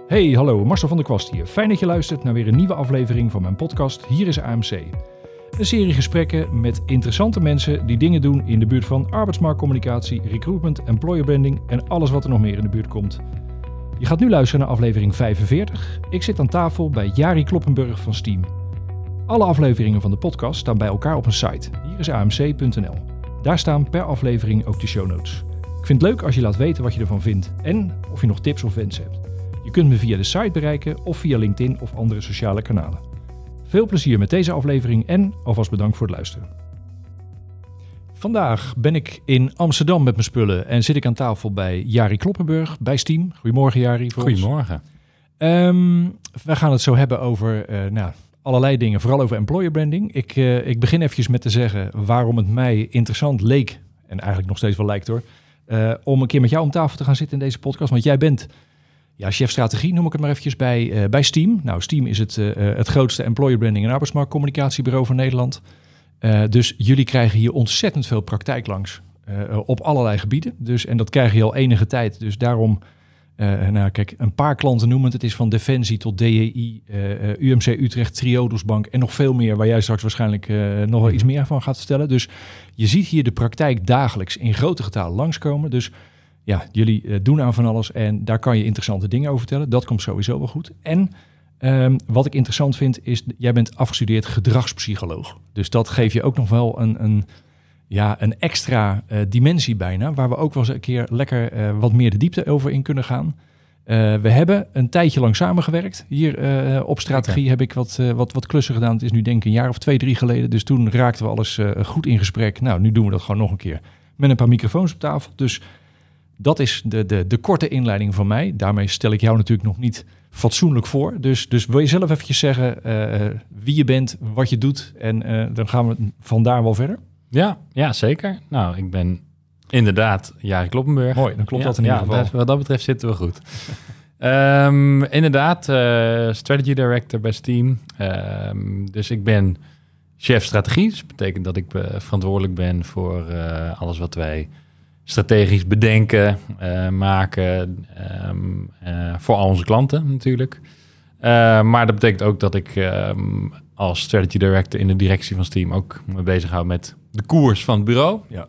Hey, hallo, Marcel van der Kwast hier. Fijn dat je luistert naar weer een nieuwe aflevering van mijn podcast Hier is AMC. Een serie gesprekken met interessante mensen die dingen doen in de buurt van arbeidsmarktcommunicatie, recruitment, employer branding en alles wat er nog meer in de buurt komt. Je gaat nu luisteren naar aflevering 45. Ik zit aan tafel bij Jari Kloppenburg van Steam. Alle afleveringen van de podcast staan bij elkaar op een site, hierisamc.nl. Daar staan per aflevering ook de show notes. Ik vind het leuk als je laat weten wat je ervan vindt en of je nog tips of wensen hebt. Je kunt me via de site bereiken of via LinkedIn of andere sociale kanalen. Veel plezier met deze aflevering en alvast bedankt voor het luisteren. Vandaag ben ik in Amsterdam met mijn spullen en zit ik aan tafel bij Jari Kloppenburg bij Steam. Goedemorgen Jari. Goedemorgen. We gaan het zo hebben over allerlei dingen, vooral over employer branding. Ik begin eventjes met te zeggen waarom het mij interessant leek, en eigenlijk nog steeds wel lijkt hoor, om een keer met jou om tafel te gaan zitten in deze podcast. Want jij bent chef strategie, noem ik het maar eventjes, bij Steam. Nou, Steam is het grootste employer branding en arbeidsmarktcommunicatiebureau van Nederland. Dus jullie krijgen hier ontzettend veel praktijk langs op allerlei gebieden. En dat krijg je al enige tijd. Dus daarom, kijk, een paar klanten noemen het is van Defensie tot DEI, UMC Utrecht, Triodos Bank en nog veel meer, waar jij straks waarschijnlijk nog wel iets meer van gaat vertellen. Dus je ziet hier de praktijk dagelijks in grote getalen langskomen. Dus ja, jullie doen aan van alles en daar kan je interessante dingen over vertellen. Dat komt sowieso wel goed. En wat ik interessant vind is, jij bent afgestudeerd gedragspsycholoog. Dus dat geeft je ook nog wel een extra dimensie bijna, waar we ook wel eens een keer lekker wat meer de diepte over in kunnen gaan. We hebben een tijdje lang samengewerkt. Hier op strategie heb ik wat klussen gedaan. Het is nu denk ik een jaar of 2-3 geleden. Dus toen raakten we alles goed in gesprek. Nou, nu doen we dat gewoon nog een keer met een paar microfoons op tafel. Dus dat is de korte inleiding van mij. Daarmee stel ik jou natuurlijk nog niet fatsoenlijk voor. Dus wil je zelf eventjes zeggen wie je bent, wat je doet en dan gaan we vandaar wel verder. Ja, zeker. Nou, ik ben inderdaad Jari Kloppenburg. Mooi, dan klopt dat in ieder geval. Wat dat betreft zitten we goed. Inderdaad, strategy director bij Steam. Dus ik ben chef strategie. Dat betekent dat ik verantwoordelijk ben voor alles wat wij strategisch bedenken, maken, voor al onze klanten natuurlijk. Maar dat betekent ook dat ik als strategy director in de directie van Steam ook me bezighoud met de koers van het bureau. Ja.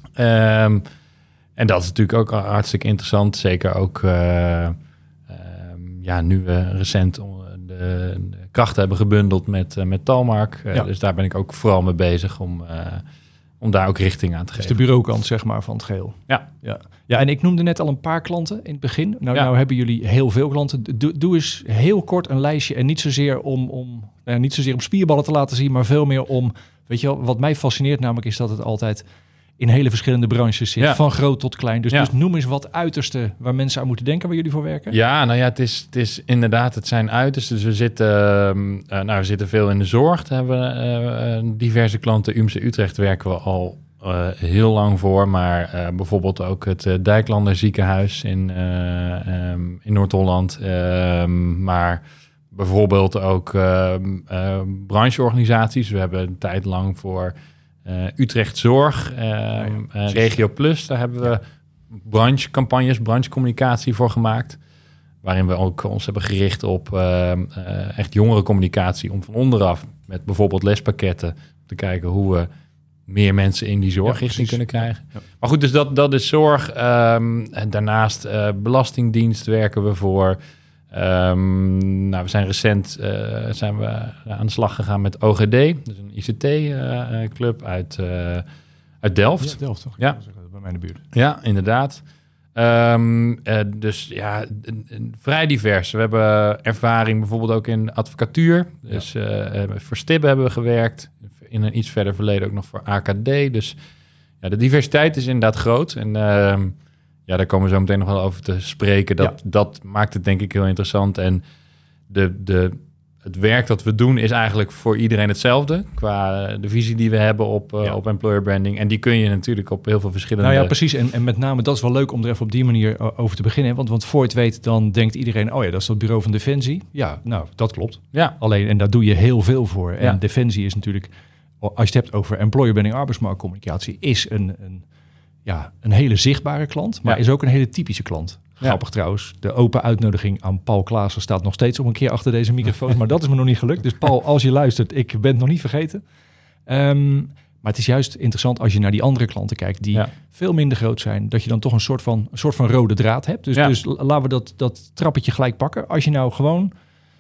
En dat is natuurlijk ook hartstikke interessant. Zeker ook nu we recent de krachten hebben gebundeld met Talmark. Dus daar ben ik ook vooral mee bezig om daar ook richting aan te geven. Dus de bureaukant, zeg maar, van het geheel. Ja, en ik noemde net al een paar klanten in het begin. Nou hebben jullie heel veel klanten. Doe eens heel kort een lijstje. En niet zozeer om spierballen te laten zien, maar veel meer om, weet je wel, wat mij fascineert namelijk is dat het altijd in hele verschillende branches zit. Ja. Van groot tot klein. Dus noem eens wat uiterste waar mensen aan moeten denken waar jullie voor werken. Ja, nou ja, het is inderdaad, het zijn uiterste. Dus we zitten veel in de zorg. Daar hebben we diverse klanten. UMC Utrecht werken we al heel lang voor. Maar bijvoorbeeld ook het Dijklander ziekenhuis in Noord-Holland. Maar bijvoorbeeld ook brancheorganisaties. We hebben een tijd lang voor Utrecht Zorg, Regio Plus, daar hebben we branchecampagnes, branchecommunicatie voor gemaakt. Waarin we ook ons hebben gericht op echt jongerencommunicatie om van onderaf met bijvoorbeeld lespakketten te kijken hoe we meer mensen in die zorgrichting kunnen krijgen. Ja. Maar goed, dus dat is zorg. En daarnaast Belastingdienst werken we voor. We zijn recent aan de slag gegaan met OGD, dus een ICT-club uit Delft. Ja, Delft toch? Ja. Bij mij in de buurt. Ja, inderdaad. Vrij divers. We hebben ervaring bijvoorbeeld ook in advocatuur. Dus voor Stibbe hebben we gewerkt. In een iets verder verleden ook nog voor AKD. Dus ja, de diversiteit is inderdaad groot. En daar komen we zo meteen nog wel over te spreken. Dat maakt het denk ik heel interessant. En het werk dat we doen is eigenlijk voor iedereen hetzelfde. Qua de visie die we hebben op employer branding. En die kun je natuurlijk op heel veel verschillende... Nou ja, precies. En met name, dat is wel leuk om er even op die manier over te beginnen. Want voor je het weet, dan denkt iedereen... oh ja, dat is dat bureau van Defensie. Ja, nou, dat klopt. Ja. Alleen, en daar doe je heel veel voor. En Defensie is natuurlijk... als je het hebt over employer branding, arbeidsmarktcommunicatie... is een hele zichtbare klant, maar is ook een hele typische klant. Grappig trouwens, de open uitnodiging aan Paul Klaassen staat nog steeds om een keer achter deze microfoon. Maar dat is me nog niet gelukt. Dus Paul, als je luistert, ik ben het nog niet vergeten. Maar het is juist interessant als je naar die andere klanten kijkt die veel minder groot zijn. Dat je dan toch een soort van rode draad hebt. Dus laten we dat trappetje gelijk pakken. Als je nou gewoon...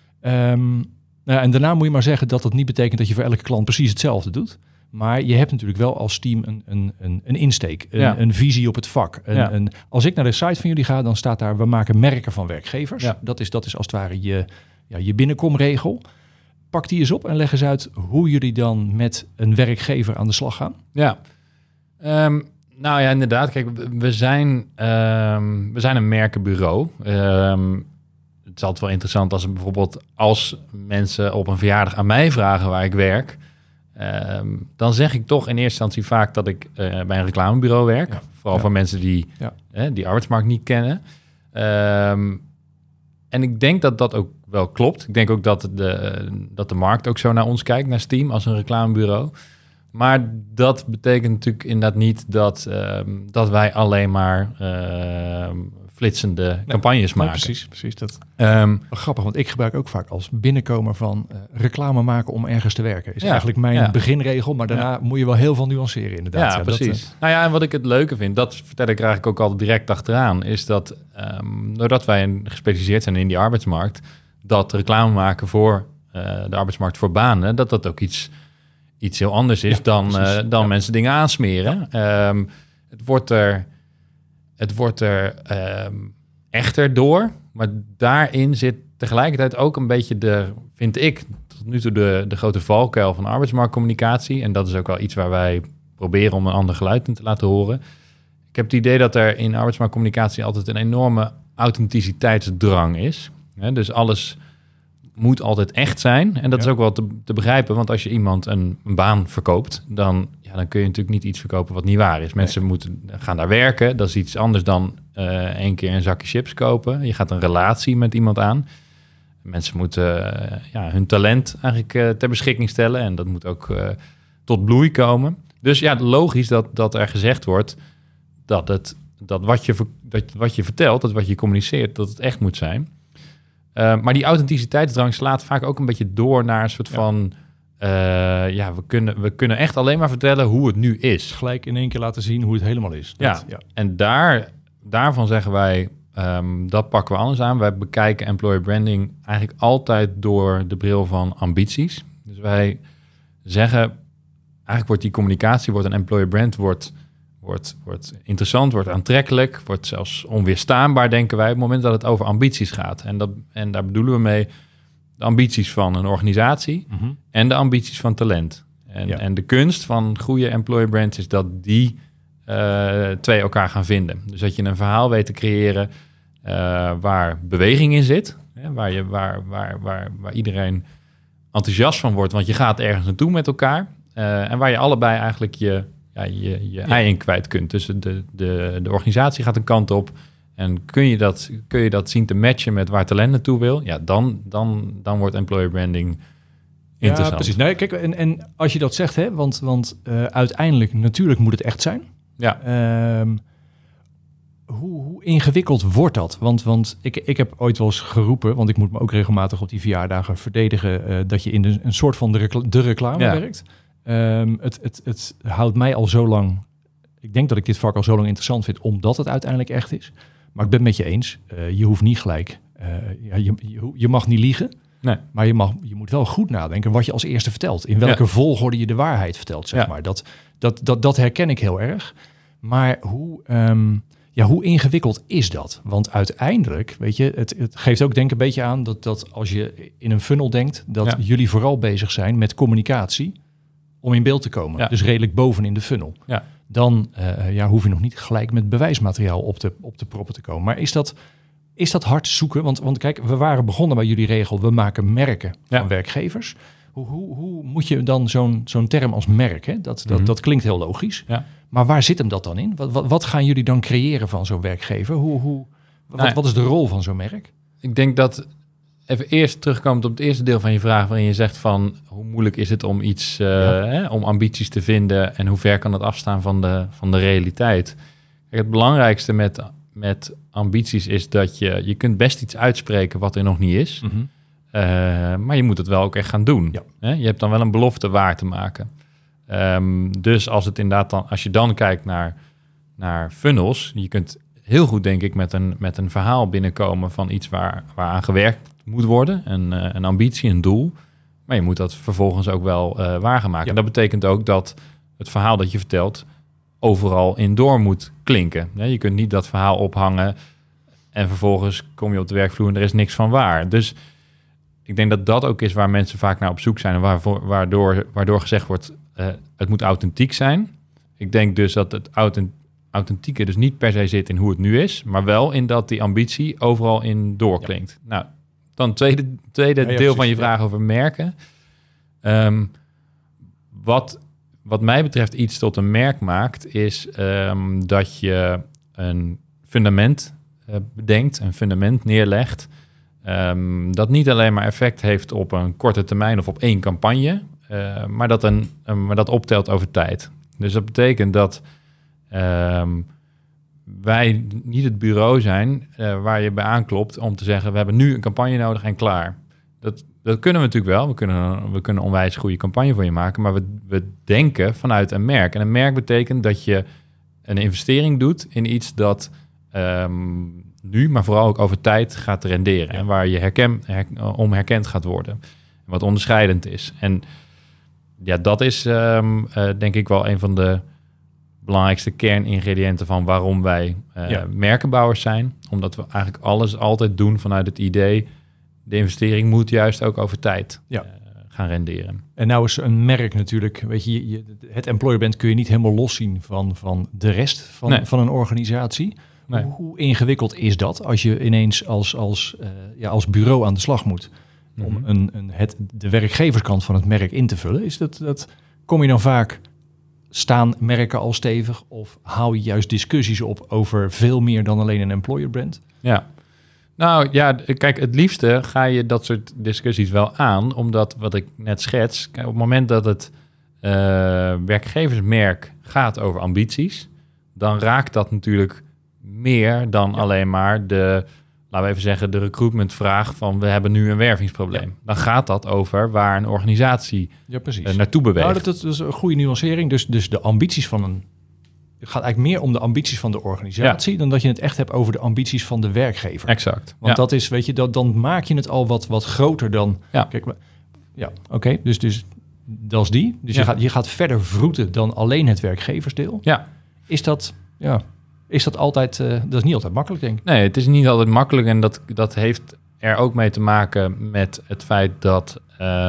en daarna moet je maar zeggen dat niet betekent dat je voor elke klant precies hetzelfde doet. Maar je hebt natuurlijk wel als team een insteek, een visie op het vak. Als ik naar de site van jullie ga, dan staat daar, we maken merken van werkgevers. Ja. Dat is als het ware je binnenkomregel. Pak die eens op en leg eens uit hoe jullie dan met een werkgever aan de slag gaan. Ja, nou ja, inderdaad. Kijk, we zijn een merkenbureau. Het is altijd wel interessant als mensen op een verjaardag aan mij vragen waar ik werk. Dan zeg ik toch in eerste instantie vaak dat ik bij een reclamebureau werk. Ja. Vooral voor mensen die die arbeidsmarkt niet kennen. En ik denk dat dat ook wel klopt. Ik denk ook dat de markt ook zo naar ons kijkt, naar Steam, als een reclamebureau. Maar dat betekent natuurlijk inderdaad niet dat wij alleen maar flitsende campagnes maken. Precies. Dat grappig, want ik gebruik ook vaak als binnenkomer van reclame maken om ergens te werken. Is eigenlijk mijn beginregel, maar daarna moet je wel heel veel nuanceren inderdaad. Ja, precies. En wat ik het leuke vind, dat vertel ik er eigenlijk ook altijd direct achteraan, is dat doordat wij gespecialiseerd zijn in die arbeidsmarkt, dat reclame maken voor de arbeidsmarkt voor banen, dat ook iets heel anders is dan mensen dingen aansmeren. Ja. Het wordt er echter door, maar daarin zit tegelijkertijd ook een beetje vind ik, tot nu toe de grote valkuil van arbeidsmarktcommunicatie. En dat is ook wel iets waar wij proberen om een ander geluid in te laten horen. Ik heb het idee dat er in arbeidsmarktcommunicatie altijd een enorme authenticiteitsdrang is. Dus alles moet altijd echt zijn. En dat is ook wel te begrijpen, want als je iemand een baan verkoopt, dan kun je natuurlijk niet iets verkopen wat niet waar is. Mensen gaan daar werken. Dat is iets anders dan 1 keer een zakje chips kopen. Je gaat een relatie met iemand aan. Mensen moeten hun talent eigenlijk ter beschikking stellen. En dat moet ook tot bloei komen. Dus logisch dat er gezegd wordt dat wat je vertelt, dat wat je communiceert, dat het echt moet zijn. Maar die authenticiteitsdrang slaat vaak ook een beetje door naar een soort van... we kunnen echt alleen maar vertellen hoe het nu is. Gelijk in één keer laten zien hoe het helemaal is. En daarvan zeggen wij, dat pakken we anders aan. Wij bekijken employer branding eigenlijk altijd door de bril van ambities. Dus wij zeggen, eigenlijk wordt die communicatie, een employer brand, wordt interessant, wordt aantrekkelijk, wordt zelfs onweerstaanbaar, denken wij, op het moment dat het over ambities gaat. En daar bedoelen we mee de ambities van een organisatie en de ambities van talent. En de kunst van goede employer brands is dat die twee elkaar gaan vinden. Dus dat je een verhaal weet te creëren waar beweging in zit, waar iedereen enthousiast van wordt, want je gaat ergens naartoe met elkaar. En waar je allebei eigenlijk je ei in kwijt kunt. Dus de organisatie gaat een kant op. En kun je dat zien te matchen met waar talent naartoe wil? Ja, dan wordt employer branding interessant. Ja, precies. Nee, kijk, en als je dat zegt, hè, want uiteindelijk natuurlijk moet het echt zijn. Ja. Hoe ingewikkeld wordt dat? Want ik heb ooit wel eens geroepen, want ik moet me ook regelmatig op die verjaardagen verdedigen, dat je in een soort van de reclame werkt. Het houdt mij al zo lang... Ik denk dat ik dit vak al zo lang interessant vind, omdat het uiteindelijk echt is. Maar ik ben het met je eens. Je hoeft niet gelijk. Je mag niet liegen. Nee. Maar je moet wel goed nadenken wat je als eerste vertelt. In welke volgorde je de waarheid vertelt, zeg maar. Dat herken ik heel erg. Maar hoe ingewikkeld is dat? Want uiteindelijk, weet je, het geeft ook denk ik een beetje aan dat als je in een funnel denkt, dat jullie vooral bezig zijn met communicatie om in beeld te komen. Ja. Dus redelijk boven in de funnel. Ja. Dan hoef je nog niet gelijk met bewijsmateriaal op de proppen te komen. Maar is dat hard zoeken? Want kijk, we waren begonnen bij jullie regel, we maken merken van werkgevers. Hoe moet je dan zo'n term als merk, hè? Dat klinkt heel logisch. Ja. Maar waar zit hem dat dan in? Wat gaan jullie dan creëren van zo'n werkgever? Wat is de rol van zo'n merk? Ik denk dat, even eerst terugkomend op het eerste deel van je vraag, waarin je zegt van hoe moeilijk is het om iets, om ambities te vinden en hoe ver kan het afstaan van de realiteit. Kijk, het belangrijkste met ambities is dat je kunt best iets uitspreken wat er nog niet is. Mm-hmm. Maar je moet het wel ook echt gaan doen. Ja. Hè? Je hebt dan wel een belofte waar te maken. Dus als je dan kijkt naar funnels, je kunt heel goed, denk ik, met een verhaal binnenkomen van iets waaraan gewerkt moet worden. Een ambitie, een doel. Maar je moet dat vervolgens ook wel waar gaan maken. Ja. En dat betekent ook dat het verhaal dat je vertelt overal in door moet klinken. Je kunt niet dat verhaal ophangen en vervolgens kom je op de werkvloer en er is niks van waar. Dus ik denk dat dat ook is waar mensen vaak naar op zoek zijn en waardoor gezegd wordt, het moet authentiek zijn. Ik denk dus dat het authentieke dus niet per se zit in hoe het nu is, maar wel in dat die ambitie overal in doorklinkt. Ja. Nou, dan tweede deel precies, van je vraag over merken. Wat mij betreft iets tot een merk maakt, is dat je een fundament bedenkt, een fundament neerlegt, dat niet alleen maar effect heeft op een korte termijn of op één campagne, maar dat optelt over tijd. Dus dat betekent dat wij niet het bureau zijn waar je bij aanklopt om te zeggen, we hebben nu een campagne nodig en klaar. Dat kunnen we natuurlijk wel. We kunnen onwijs goede campagne voor je maken, maar we denken vanuit een merk. En een merk betekent dat je een investering doet in iets dat nu, maar vooral ook over tijd gaat renderen. Ja. En waar je herkend gaat worden. Wat onderscheidend is. En ja, dat is denk ik wel een van de belangrijkste kerningrediënten van waarom wij merkenbouwers zijn. Omdat we eigenlijk alles altijd doen vanuit het idee, de investering moet juist ook over tijd gaan renderen. En nou is een merk natuurlijk, weet je, het employer brand kun je niet helemaal loszien van de rest van een organisatie. Nee. Hoe ingewikkeld is dat als je ineens als bureau aan de slag moet om de werkgeverskant van het merk in te vullen? Is dat kom je dan vaak, staan merken al stevig of hou je juist discussies op over veel meer dan alleen een employer brand? Ja. Nou ja, kijk, het liefste ga je dat soort discussies wel aan, omdat wat ik net schets, op het moment dat het werkgeversmerk gaat over ambities, dan raakt dat natuurlijk meer dan alleen maar laten we even zeggen, de recruitmentvraag van we hebben nu een wervingsprobleem. Ja. Dan gaat dat over waar een organisatie naartoe beweegt. Nou, dat is een goede nuancering. Dus de ambities het gaat eigenlijk meer om de ambities van de organisatie dan dat je het echt hebt over de ambities van de werkgever. Exact. Want dat is, weet je, dan maak je het al wat groter dan. Ja. Kijk, oké. Dus dat is die. Dus je gaat verder vroeten dan alleen het werkgeversdeel. Ja. Is dat altijd? Dat is niet altijd makkelijk, denk ik. Nee, het is niet altijd makkelijk en dat heeft er ook mee te maken met het feit dat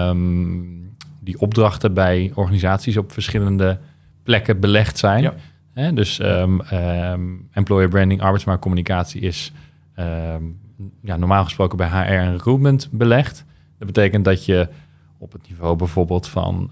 die opdrachten bij organisaties op verschillende plekken belegd zijn. Ja. Dus employer branding, arbeidsmarktcommunicatie is normaal gesproken bij HR en recruitment belegd. Dat betekent dat je op het niveau bijvoorbeeld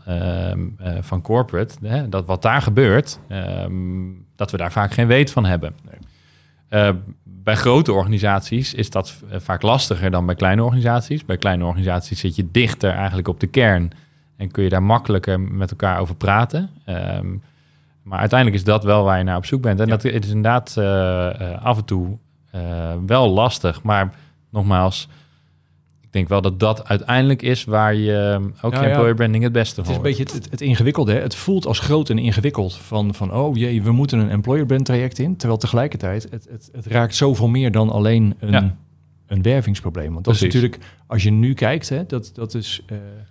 van corporate, dat wat daar gebeurt, dat we daar vaak geen weet van hebben. Nee. Bij grote organisaties is dat vaak lastiger dan bij kleine organisaties. Bij kleine organisaties zit je dichter eigenlijk op de kern en kun je daar makkelijker met elkaar over praten. Maar uiteindelijk is dat wel waar je naar op zoek bent. En dat is inderdaad af en toe wel lastig. Maar nogmaals, ik denk wel dat uiteindelijk is waar je ook je employer branding het beste voor. Het is een beetje het ingewikkelde. Hè? Het voelt als groot en ingewikkeld van oh jee, we moeten een employer brand traject in. Terwijl tegelijkertijd, het raakt zoveel meer dan alleen een wervingsprobleem. Want dat is natuurlijk, als je nu kijkt, hè, dat is...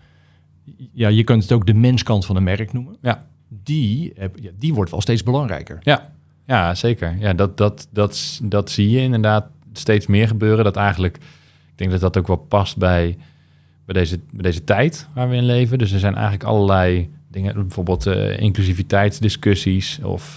je kunt het ook de menskant van een merk noemen. Ja. Die wordt wel steeds belangrijker. Ja, zeker. Ja, dat zie je inderdaad steeds meer gebeuren. Dat eigenlijk, ik denk dat dat ook wel past bij deze tijd waar we in leven. Dus er zijn eigenlijk allerlei dingen, bijvoorbeeld inclusiviteitsdiscussies of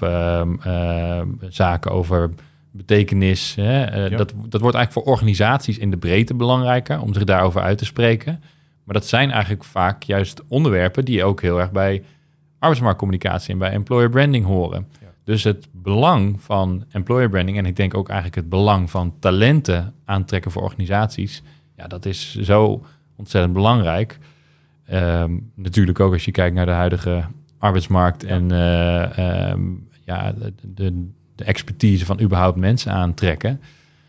zaken over betekenis. Dat wordt eigenlijk voor organisaties in de breedte belangrijker om zich daarover uit te spreken. Maar dat zijn eigenlijk vaak juist onderwerpen die ook heel erg bij arbeidsmarktcommunicatie en bij employer branding horen. Ja. Dus het belang van employer branding en ik denk ook eigenlijk het belang van talenten aantrekken voor organisaties, dat is zo ontzettend belangrijk. Natuurlijk ook als je kijkt naar de huidige arbeidsmarkt en de expertise van überhaupt mensen aantrekken.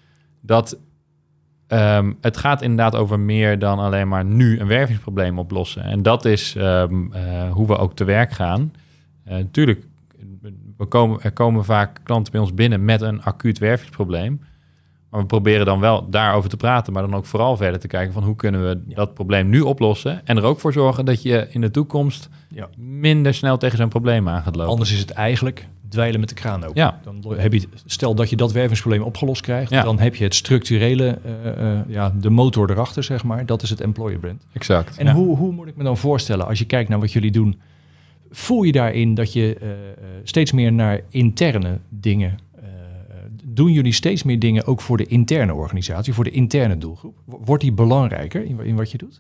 dat het gaat inderdaad over meer dan alleen maar nu een wervingsprobleem oplossen. En dat is hoe we ook te werk gaan. Natuurlijk, er komen vaak klanten bij ons binnen met een acuut wervingsprobleem. Maar we proberen dan wel daarover te praten, maar dan ook vooral verder te kijken van hoe kunnen we dat probleem nu oplossen. En er ook voor zorgen dat je in de toekomst minder snel tegen zo'n probleem aan gaat lopen. Anders is het eigenlijk dweilen met de kraan open. Ja. Dan heb je, stel dat je dat wervingsprobleem opgelost krijgt, dan heb je het structurele, de motor erachter, zeg maar. Dat is het employer brand. Exact. En hoe moet ik me dan voorstellen, als je kijkt naar wat jullie doen, voel je daarin dat je steeds meer naar interne dingen, doen jullie steeds meer dingen ook voor de interne organisatie, voor de interne doelgroep? Wordt die belangrijker in wat je doet?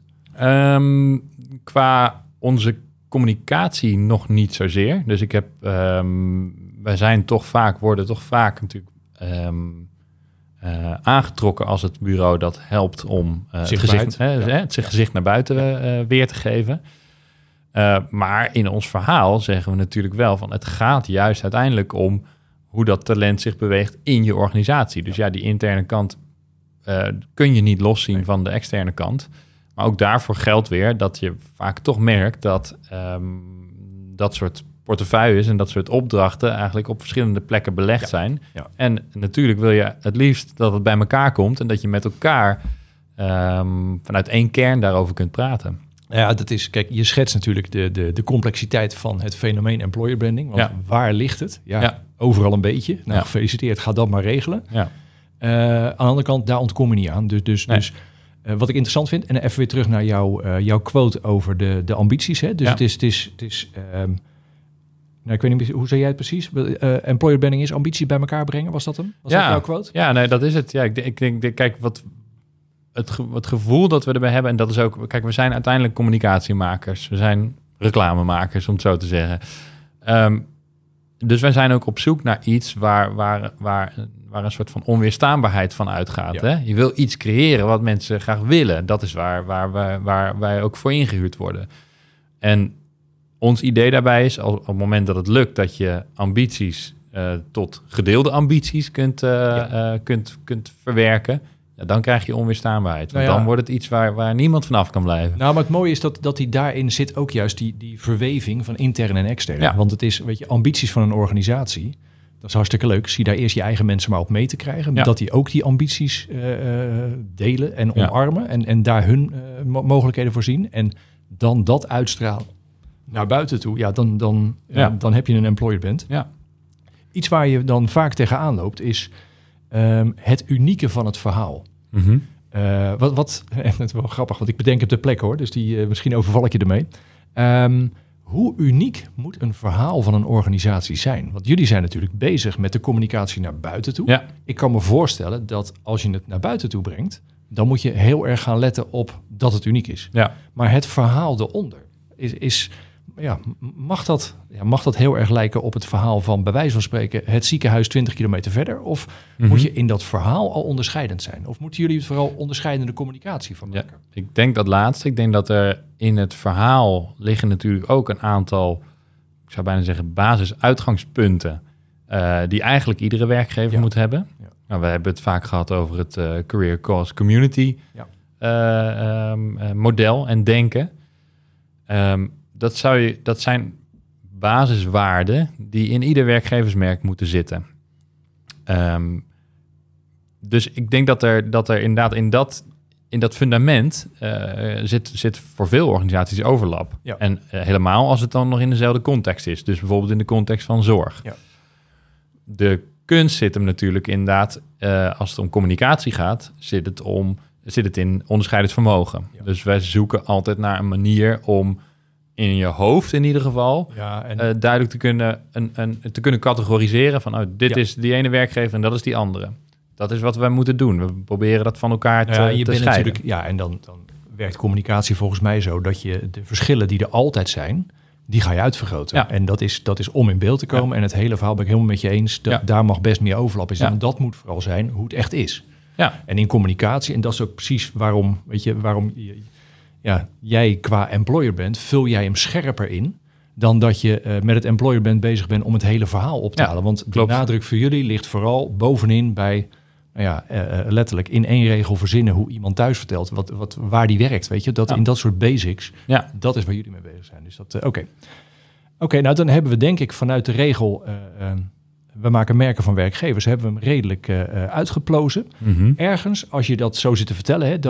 Qua onze communicatie nog niet zozeer. Dus ik heb, wij worden toch vaak natuurlijk aangetrokken als het bureau dat helpt om het gezicht naar buiten weer te geven. Maar in ons verhaal zeggen we natuurlijk wel van het gaat juist uiteindelijk om hoe dat talent zich beweegt in je organisatie. Dus die interne kant kun je niet loszien van de externe kant. Maar ook daarvoor geldt weer dat je vaak toch merkt dat dat soort portefeuilles en dat soort opdrachten eigenlijk op verschillende plekken belegd zijn. Ja. En natuurlijk wil je het liefst dat het bij elkaar komt en dat je met elkaar vanuit één kern daarover kunt praten. Ja, dat is, kijk, je schetst natuurlijk de complexiteit van het fenomeen employer branding. Want waar ligt het? Overal een beetje. Nou, gefeliciteerd, ga dat maar regelen. Ja. Aan de andere kant, daar ontkom je niet aan. Dus wat ik interessant vind, en even weer terug naar jouw quote over de ambities. Hè? Dus het is ik weet niet, hoe zei jij het precies? Employer branding is ambitie bij elkaar brengen, was dat hem? Was dat jouw quote? Ja, nee, dat is het. Ja, ik denk, kijk, het gevoel dat we erbij hebben, en dat is ook, kijk, we zijn uiteindelijk communicatiemakers. We zijn reclamemakers, om het zo te zeggen. Dus wij zijn ook op zoek naar iets waar een soort van onweerstaanbaarheid van uitgaat. Ja. Hè? Je wil iets creëren wat mensen graag willen. Dat is waar wij ook voor ingehuurd worden. En ons idee daarbij is, op het moment dat het lukt, dat je ambities tot gedeelde ambities kunt verwerken, dan krijg je onweerstaanbaarheid. Want dan wordt het iets waar niemand vanaf kan blijven. Nou, maar het mooie is dat die daarin zit ook juist die verweving van intern en extern. Ja. Want het is, weet je, ambities van een organisatie, dat is hartstikke leuk. Zie daar eerst je eigen mensen maar op mee te krijgen. Ja. Dat die ook die ambities delen en omarmen en daar hun mogelijkheden voor zien. En dan dat uitstralen naar buiten toe. Ja, dan heb je een employer brand. Ja. Iets waar je dan vaak tegenaan loopt is het unieke van het verhaal. Mm-hmm. En het is wel grappig, want ik bedenk op de plek hoor. Dus misschien overval ik je ermee. Hoe uniek moet een verhaal van een organisatie zijn? Want jullie zijn natuurlijk bezig met de communicatie naar buiten toe. Ja. Ik kan me voorstellen dat als je het naar buiten toe brengt, dan moet je heel erg gaan letten op dat het uniek is. Ja. Maar het verhaal eronder mag dat heel erg lijken op het verhaal van, bij wijze van spreken, het ziekenhuis 20 kilometer verder? Of moet je in dat verhaal al onderscheidend zijn? Of moeten jullie vooral onderscheidende communicatie van maken? Ja, ik denk dat laatste. Ik denk dat er in het verhaal liggen natuurlijk ook een aantal, ik zou bijna zeggen, basisuitgangspunten die eigenlijk iedere werkgever moet hebben. Ja. Nou, we hebben het vaak gehad over het Career Cause Community model en denken. Dat zijn basiswaarden die in ieder werkgeversmerk moeten zitten. Dus ik denk dat er inderdaad in dat fundament zit voor veel organisaties overlap. Ja. En helemaal als het dan nog in dezelfde context is. Dus bijvoorbeeld in de context van zorg. Ja. De kunst zit hem natuurlijk inderdaad, als het om communicatie gaat, zit het in onderscheidend vermogen. Ja. Dus wij zoeken altijd naar een manier om in je hoofd in ieder geval duidelijk te kunnen categoriseren van dit is die ene werkgever en dat is die andere. Dat is wat wij moeten doen. We proberen dat van elkaar te scheiden. En dan werkt communicatie volgens mij zo dat je de verschillen die er altijd zijn, die ga je uitvergroten. Ja. En dat is om in beeld te komen. Ja. En het hele verhaal ben ik helemaal met je eens. Daar mag best meer overlap in zijn. Ja. En dat moet vooral zijn hoe het echt is. Ja. En in communicatie, en dat is ook precies waarom jij qua employer bent, vul jij hem scherper in dan dat je met het employer bent bezig bent om het hele verhaal op te halen. Want de nadruk voor jullie ligt vooral bovenin bij letterlijk in 1 regel verzinnen hoe iemand thuis vertelt waar die werkt. Weet je, dat in dat soort basics, dat is waar jullie mee bezig zijn. Dus dat, Oké, nou dan hebben we denk ik vanuit de regel, we maken merken van werkgevers, hebben we hem redelijk uitgeplozen. Mm-hmm. Ergens, als je dat zo zit te vertellen, hè,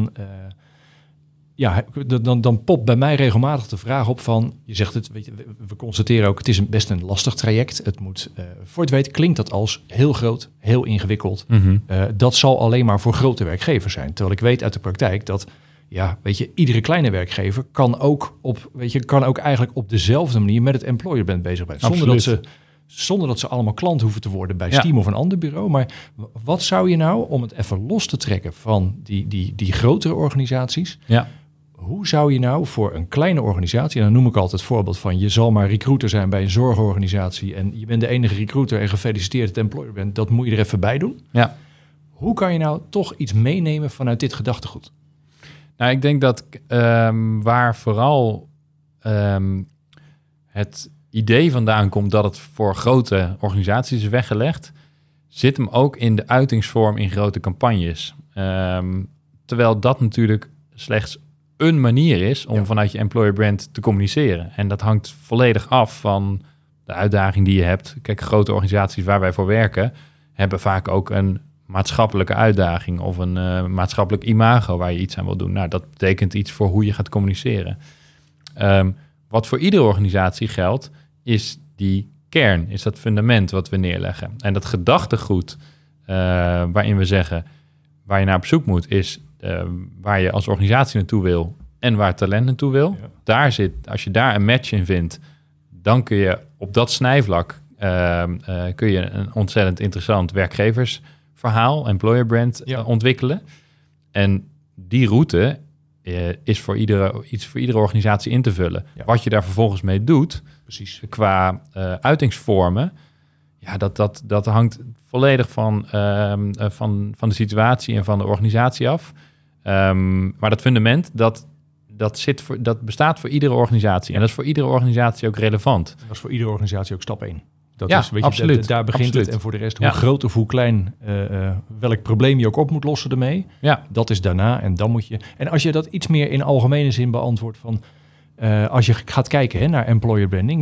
dan popt bij mij regelmatig de vraag op van, je zegt het, weet je, we constateren ook, het is best een lastig traject. Het moet, voor het weten klinkt dat als heel groot, heel ingewikkeld. Mm-hmm. Dat zal alleen maar voor grote werkgevers zijn. Terwijl ik weet uit de praktijk dat, iedere kleine werkgever kan ook eigenlijk op dezelfde manier met het employer brand bezig zijn. Zonder dat ze allemaal klant hoeven te worden bij Steam of een ander bureau. Maar wat zou je nou, om het even los te trekken van die grotere organisaties... Hoe zou je nou voor een kleine organisatie... en dan noem ik altijd het voorbeeld van... je zal maar recruiter zijn bij een zorgorganisatie... en je bent de enige recruiter en gefeliciteerd het employer bent... dat moet je er even bij doen. Ja. Hoe kan je nou toch iets meenemen vanuit dit gedachtegoed? Nou, ik denk dat waar vooral het idee vandaan komt... dat het voor grote organisaties is weggelegd... zit hem ook in de uitingsvorm in grote campagnes. Terwijl dat natuurlijk slechts een manier is om vanuit je employer brand te communiceren. En dat hangt volledig af van de uitdaging die je hebt. Kijk, grote organisaties waar wij voor werken... hebben vaak ook een maatschappelijke uitdaging... of een maatschappelijk imago waar je iets aan wil doen. Nou, dat betekent iets voor hoe je gaat communiceren. Wat voor iedere organisatie geldt, is die kern, is dat fundament wat we neerleggen. En dat gedachtegoed waarin we zeggen... waar je naar op zoek moet, is waar je als organisatie naartoe wil... en waar talent naartoe wil. Ja. Daar zit, als je daar een match in vindt... dan kun je op dat snijvlak... kun je een ontzettend interessant werkgeversverhaal... employer brand ontwikkelen. En die route is voor iedere organisatie in te vullen. Ja. Wat je daar vervolgens mee doet... Precies. Qua uitingsvormen... ja, dat hangt volledig van de situatie en van de organisatie af. Maar dat fundament, dat bestaat voor iedere organisatie. En dat is voor iedere organisatie ook relevant. Dat is voor iedere organisatie ook stap 1. Dat ja, is, weet absoluut. Je, daar begint het. En voor de rest, hoe groot of hoe klein, welk probleem je ook op moet lossen ermee. Ja. Dat is daarna. En dan moet je... En als je dat iets meer in algemene zin beantwoordt van... als je gaat kijken naar employer branding...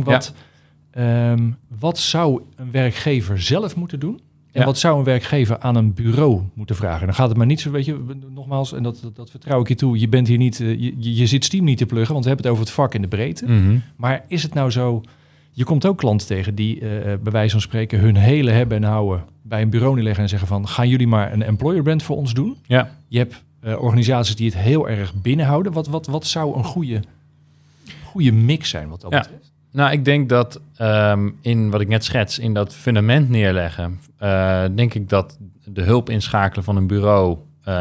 Wat zou een werkgever zelf moeten doen? En wat zou een werkgever aan een bureau moeten vragen? Dan gaat het maar niet zo, weet je, nogmaals, en dat vertrouw ik je toe. Je bent hier niet, je zit Steam niet te pluggen, want we hebben het over het vak in de breedte. Mm-hmm. Maar is het nou zo, je komt ook klanten tegen die bij wijze van spreken hun hele hebben en houden bij een bureau neerleggen en zeggen van, gaan jullie maar een employer brand voor ons doen? Ja. Je hebt organisaties die het heel erg binnenhouden. Wat zou een goede mix zijn wat dat betreft? Nou, ik denk dat in wat ik net schets, in dat fundament neerleggen, denk ik dat de hulp inschakelen van een bureau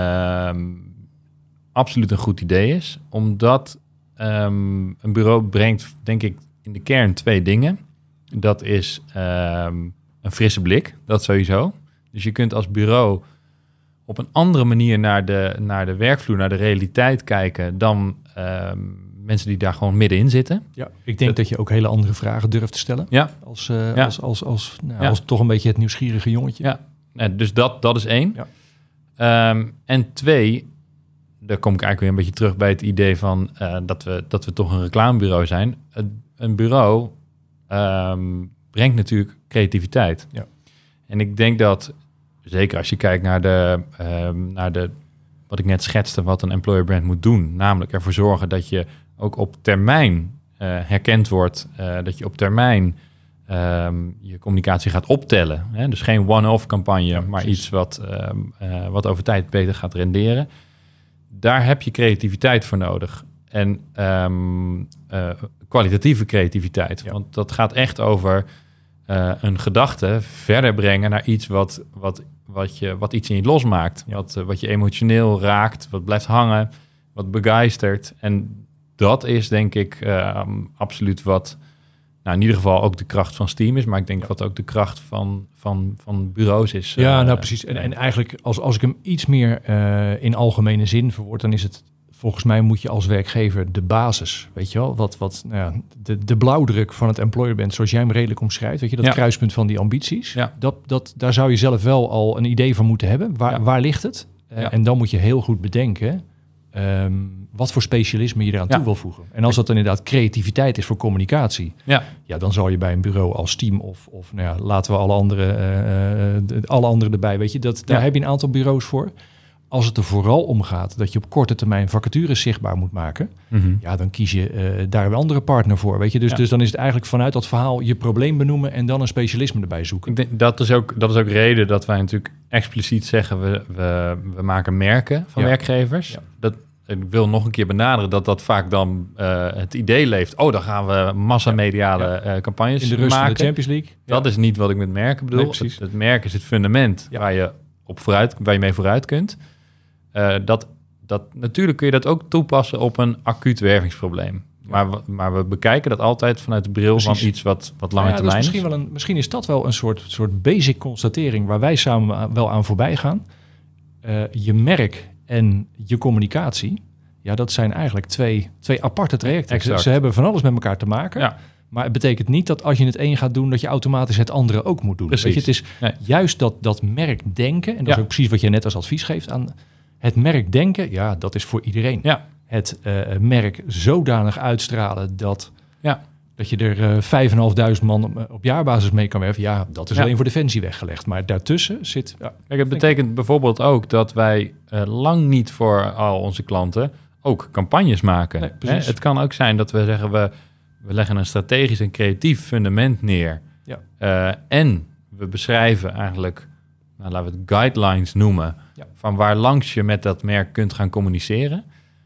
absoluut een goed idee is. Omdat een bureau brengt, denk ik, in de kern 2 dingen. Dat is een frisse blik, dat sowieso. Dus je kunt als bureau op een andere manier naar de werkvloer, naar de realiteit kijken dan... mensen die daar gewoon middenin zitten. Ja, ik denk dat je ook hele andere vragen durft te stellen. Ja. Als toch een beetje het nieuwsgierige jongetje. Ja, dus dat is 1. Ja. En 2, daar kom ik eigenlijk weer een beetje terug bij het idee van dat we toch een reclamebureau zijn. Een bureau brengt natuurlijk creativiteit. Ja. En ik denk dat, zeker als je kijkt naar de wat ik net schetste, wat een employer brand moet doen, namelijk ervoor zorgen dat je ook op termijn herkend wordt, dat je op termijn je communicatie gaat optellen. Hè? Dus geen one-off campagne, maar iets wat over tijd beter gaat renderen. Daar heb je creativiteit voor nodig. En kwalitatieve creativiteit. Ja. Want dat gaat echt over een gedachte verder brengen naar iets wat iets in je losmaakt. Ja. Wat je emotioneel raakt, wat blijft hangen, wat begeistert. En dat is denk ik absoluut wat, in ieder geval ook de kracht van Steam is. Maar ik denk wat ook de kracht van bureaus is. Ja, nou precies. En eigenlijk als ik hem iets meer in algemene zin verwoord, dan is het volgens mij moet je als werkgever de basis, weet je wel, de blauwdruk van het employer brand, zoals jij hem redelijk omschrijft, weet je, dat kruispunt van die ambities, daar zou je zelf wel al een idee van moeten hebben. Waar ligt het? En dan moet je heel goed bedenken wat voor specialisme je eraan toe wil voegen. En als dat dan inderdaad creativiteit is voor communicatie, dan zal je bij een bureau als team of laten we alle anderen erbij, weet je, daar heb je een aantal bureaus voor. Als het er vooral om gaat dat je op korte termijn vacatures zichtbaar moet maken, dan kies je daar een andere partner voor, weet je. Dus dan is het eigenlijk vanuit dat verhaal je probleem benoemen en dan een specialisme erbij zoeken. Ik denk, dat is ook reden dat wij natuurlijk expliciet zeggen, we maken merken van werkgevers. Ja. Ik wil nog een keer benaderen dat vaak dan het idee leeft, dan gaan we massamediale campagnes in de rust maken. Van de Champions League. Dat is niet wat ik met merken bedoel. Nee, het merk is het fundament waar je mee vooruit kunt. Natuurlijk kun je dat ook toepassen op een acuut wervingsprobleem. Ja. Maar we bekijken dat altijd vanuit de bril van iets wat langer termijn is. Misschien is dat wel een soort basic constatering waar wij samen wel aan voorbij gaan. Je merk en je communicatie, dat zijn eigenlijk twee aparte trajecten. Exact. Ze hebben van alles met elkaar te maken. Ja. Maar het betekent niet dat als je het een gaat doen, dat je automatisch het andere ook moet doen. Precies. Weet je, het is juist dat merkdenken, en dat is ook precies wat je net als advies geeft aan het merkdenken, dat is voor iedereen. Ja. Het merk zodanig uitstralen dat je er 5.500 man op jaarbasis mee kan werven. Dat is alleen voor Defensie weggelegd. Maar daartussen zit... Kijk, het betekent bijvoorbeeld ook dat wij lang niet voor al onze klanten ook campagnes maken. Nee, het kan ook zijn dat we zeggen, we leggen een strategisch en creatief fundament neer. Ja. En we beschrijven eigenlijk, laten we het guidelines noemen, van waar langs je met dat merk kunt gaan communiceren.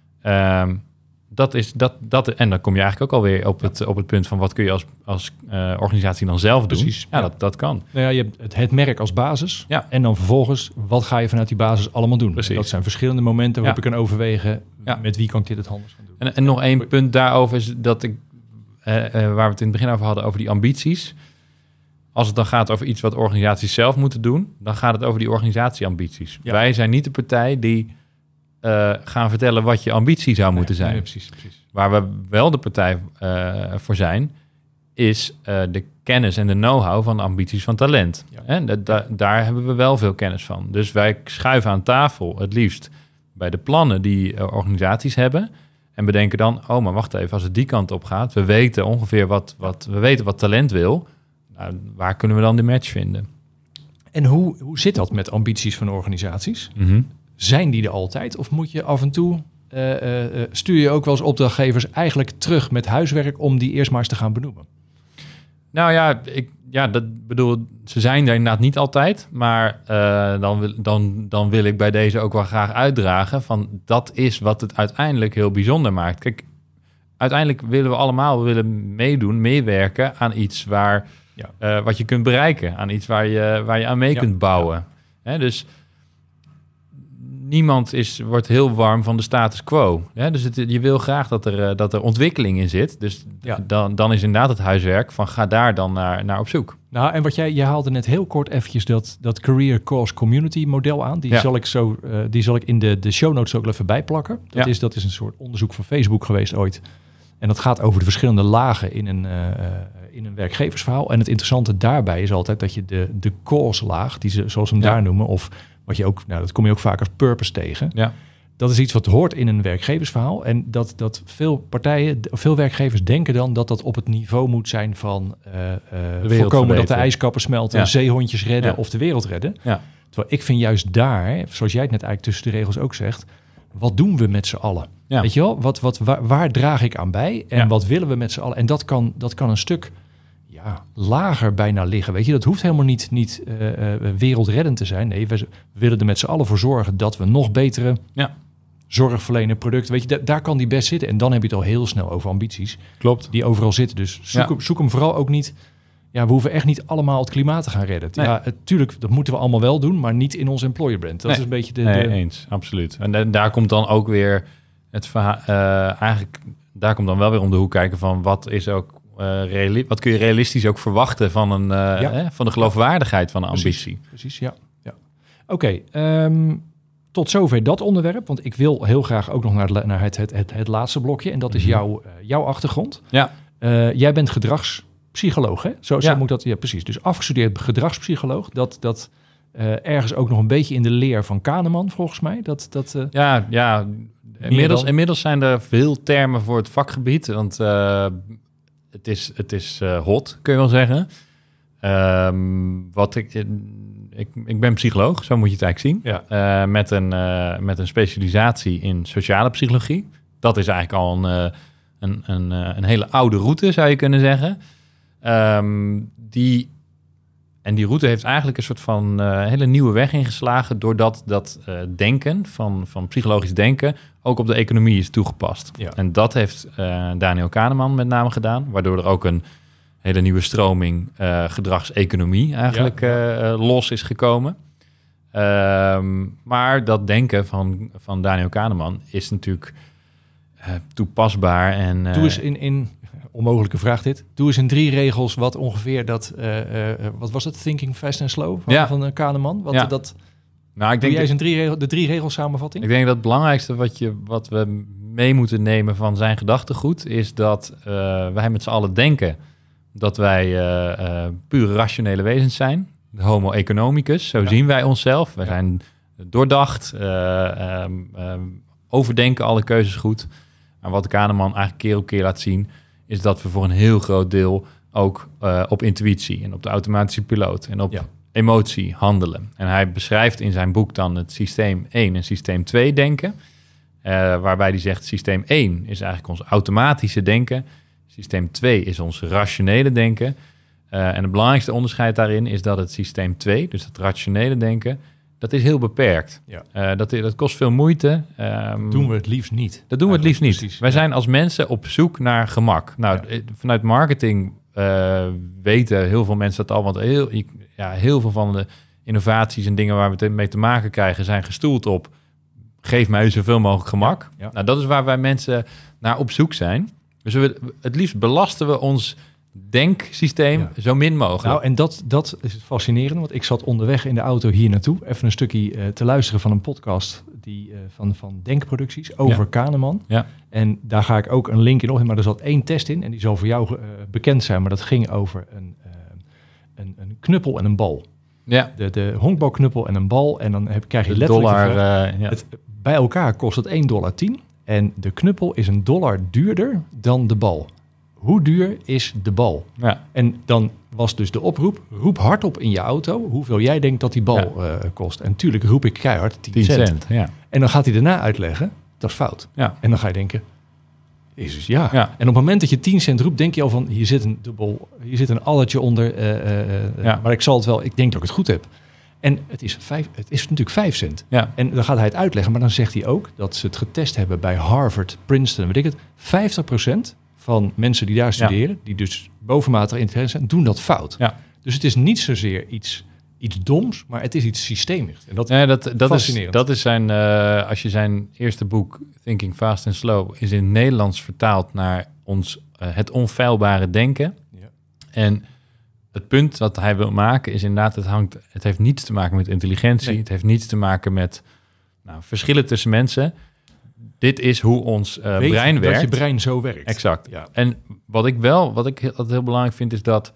En dan kom je eigenlijk ook alweer op het punt van wat kun je als organisatie dan zelf doen. Precies. Dat kan. Nou ja, je hebt het merk als basis. Ja. En dan vervolgens, wat ga je vanuit die basis allemaal doen? Precies. Dat zijn verschillende momenten waarop ik kan overwegen met wie kan ik dit het handig gaan doen. En nog één punt daarover is dat waar we het in het begin over hadden, over die ambities. Als het dan gaat over iets wat organisaties zelf moeten doen, dan gaat het over die organisatieambities. Ja. Wij zijn niet de partij die gaan vertellen wat je ambitie zou moeten zijn. Nee, precies. Waar we wel de partij voor zijn, is de kennis en de know-how van de ambities van talent. Ja. Daar hebben we wel veel kennis van. Dus wij schuiven aan tafel het liefst bij de plannen die organisaties hebben en bedenken dan, maar wacht even, als het die kant op gaat, we weten ongeveer wat talent wil, waar kunnen we dan de match vinden? En hoe zit dat met ambities van organisaties? Mm-hmm. Zijn die er altijd? Of moet je af en toe, stuur je ook wel eens opdrachtgevers eigenlijk terug met huiswerk om die eerst maar eens te gaan benoemen? Nou ja, ze zijn er inderdaad niet altijd. Maar dan wil ik bij deze ook wel graag uitdragen van dat is wat het uiteindelijk heel bijzonder maakt. Kijk, uiteindelijk willen we allemaal meedoen, meewerken aan iets wat je kunt bereiken. Aan iets waar je aan mee kunt bouwen. Ja. Dus niemand wordt heel warm van de status quo. Ja, dus je wil graag dat er ontwikkeling in zit. Dus dan is inderdaad het huiswerk van ga daar dan naar op zoek. Nou, en wat jij haalde net heel kort eventjes dat Career Course Community model aan. Die zal ik in de show notes ook even bijplakken. Dat is een soort onderzoek van Facebook geweest ooit. En dat gaat over de verschillende lagen in een werkgeversverhaal. En het interessante daarbij is altijd dat je de course laag, die ze zoals ze hem daar noemen, of wat je ook, dat kom je ook vaak als purpose tegen. Ja. Dat is iets wat hoort in een werkgeversverhaal. En dat veel werkgevers denken dan dat op het niveau moet zijn van voorkomen dat de ijskappen smelten, zeehondjes redden of de wereld redden. Ja. Terwijl ik vind juist daar, zoals jij het net eigenlijk tussen de regels ook zegt, wat doen we met z'n allen? Ja. Weet je wel, waar draag ik aan bij? En wat willen we met z'n allen? En dat kan een stuk lager bijna liggen. Weet je, dat hoeft helemaal niet wereldreddend te zijn. Nee, we willen er met z'n allen voor zorgen dat we nog betere zorg verlenen, producten. Weet je, daar kan die best zitten. En dan heb je het al heel snel over ambities. Klopt. Die overal zitten. Dus zoek hem vooral ook niet. Ja, we hoeven echt niet allemaal het klimaat te gaan redden. Nee. Ja, tuurlijk, dat moeten we allemaal wel doen, maar niet in ons employer brand. Dat is een beetje eens, absoluut. En daar komt dan ook weer het verhaal. Eigenlijk, daar komt dan wel weer om de hoek kijken van wat is ook wat kun je realistisch ook verwachten van van de geloofwaardigheid van een ambitie. Precies, ja. Oké, tot zover dat onderwerp. Want ik wil heel graag ook nog naar het laatste blokje. En dat is jouw achtergrond. Ja. Jij bent gedragspsycholoog, hè? Zo moet dat. Ja, precies. Dus afgestudeerd gedragspsycholoog. Dat ergens ook nog een beetje in de leer van Kahneman, volgens mij. Ja. Inmiddels zijn er veel termen voor het vakgebied. Want het is hot, kun je wel zeggen. Ik ben psycholoog, zo moet je het eigenlijk zien. Ja. Met een specialisatie in sociale psychologie. Dat is eigenlijk al een hele oude route, zou je kunnen zeggen. Die route heeft eigenlijk een soort van hele nieuwe weg ingeslagen, doordat dat denken, van psychologisch denken, ook op de economie is toegepast. Ja. En dat heeft Daniel Kahneman met name gedaan, waardoor er ook een hele nieuwe stroming gedragseconomie eigenlijk los is gekomen. Maar dat denken van Daniel Kahneman is natuurlijk toepasbaar. En, Doe eens in onmogelijke vraag dit. Doe eens in 3 regels wat ongeveer dat... wat was het? Thinking Fast and Slow van Kahneman? Ik denk jij eens de 3 regels samenvatting? Ik denk dat het belangrijkste wat we mee moeten nemen van zijn gedachtegoed is dat wij met z'n allen denken dat wij pure rationele wezens zijn. De homo economicus, zo zien wij onszelf. Wij zijn doordacht, overdenken alle keuzes goed. Maar wat Kahneman eigenlijk keer op keer laat zien, is dat we voor een heel groot deel ook op intuïtie en op de automatische piloot en op emotie handelen. En hij beschrijft in zijn boek dan het systeem 1 en systeem 2 denken. Waarbij hij zegt, systeem 1 is eigenlijk ons automatische denken. Systeem 2 is ons rationele denken. En het belangrijkste onderscheid daarin is dat het systeem 2, dus het rationele denken, dat is heel beperkt. Ja. Dat kost veel moeite. Doen we het liefst niet. Dat doen we het liefst niet. Precies. Wij zijn als mensen op zoek naar gemak. Vanuit marketing weten heel veel mensen dat al. Want heel veel van de innovaties en dingen waar we mee te maken krijgen zijn gestoeld op geef mij zoveel mogelijk gemak. Ja. Nou, dat is waar wij mensen naar op zoek zijn. Dus het liefst belasten we ons denksysteem zo min mogelijk. Nou, en dat is fascinerend, want ik zat onderweg in de auto hier naartoe even een stukje te luisteren van een podcast van Denkproducties over Kahneman. Ja. En daar ga ik ook een link in opnemen, maar er zat 1 test in en die zal voor jou bekend zijn, maar dat ging over een knuppel en een bal. Ja. De honkbalknuppel en een bal en dan krijg je letterlijk bij elkaar kost het $1.10 en de knuppel is $1 duurder dan de bal. Hoe duur is de bal? Ja. En dan was dus de oproep, roep hardop in je auto hoeveel jij denkt dat die bal kost. En natuurlijk roep ik keihard 10 cent. Ja. En dan gaat hij daarna uitleggen, dat is fout. Ja. En dan ga je denken, Jezus, ja. En op het moment dat je 10 cent roept, denk je al van, hier zit een alletje onder. Maar ik denk dat ik het goed heb. En het is natuurlijk 5 cent. Ja. En dan gaat hij het uitleggen, maar dan zegt hij ook dat ze het getest hebben bij Harvard, Princeton, weet ik het, 50% van mensen die daar studeren, die dus bovenmatig intelligent zijn, doen dat fout. Ja. Dus het is niet zozeer iets doms, maar het is iets systemisch. En dat fascinerend. Dat is zijn, als je zijn eerste boek, Thinking Fast and Slow, is in het Nederlands vertaald naar het onfeilbare denken. Ja. En het punt dat hij wil maken is inderdaad, het heeft niets te maken met intelligentie. Nee. Het heeft niets te maken met verschillen tussen mensen. Dit is hoe ons brein werkt. Dat je brein zo werkt. Exact. Ja. En wat ik altijd heel belangrijk vind, is dat